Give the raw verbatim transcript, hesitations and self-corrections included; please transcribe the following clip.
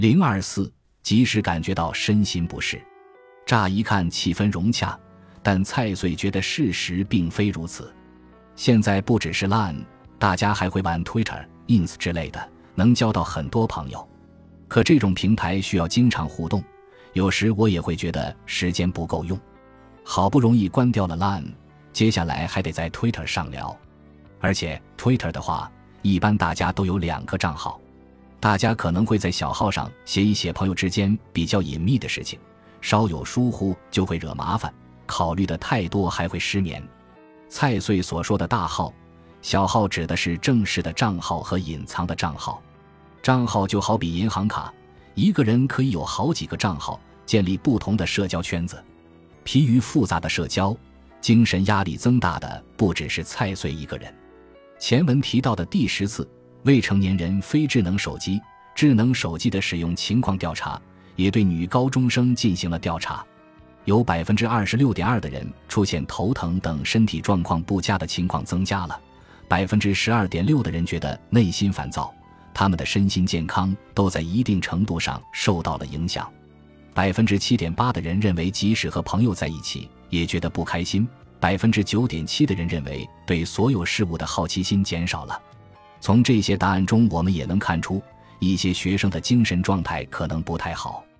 零二四及时感觉到身心不适。乍一看气氛融洽，但蔡穗觉得事实并非如此。现在不只是 Line， 大家还会玩 Twitter、ins 之类的，能交到很多朋友。可这种平台需要经常互动，有时我也会觉得时间不够用。好不容易关掉了 Line， 接下来还得在 Twitter 上聊。而且 Twitter 的话，一般大家都有两个账号，大家可能会在小号上写一写朋友之间比较隐秘的事情，稍有疏忽就会惹麻烦，考虑的太多还会失眠。蔡穗所说的大号、小号指的是正式的账号和隐藏的账号。账号就好比银行卡，一个人可以有好几个账号，建立不同的社交圈子。疲于复杂的社交，精神压力增大的不只是蔡穗一个人。前文提到的第十次未成年人非智能手机智能手机的使用情况调查，也对女高中生进行了调查。有 百分之二十六点二 的人出现头疼等身体状况不佳的情况增加了， 百分之十二点六 的人觉得内心烦躁，他们的身心健康都在一定程度上受到了影响。 百分之七点八 的人认为即使和朋友在一起也觉得不开心， 百分之九点七 的人认为对所有事物的好奇心减少了。从这些答案中我们也能看出，一些学生的精神状态可能不太好。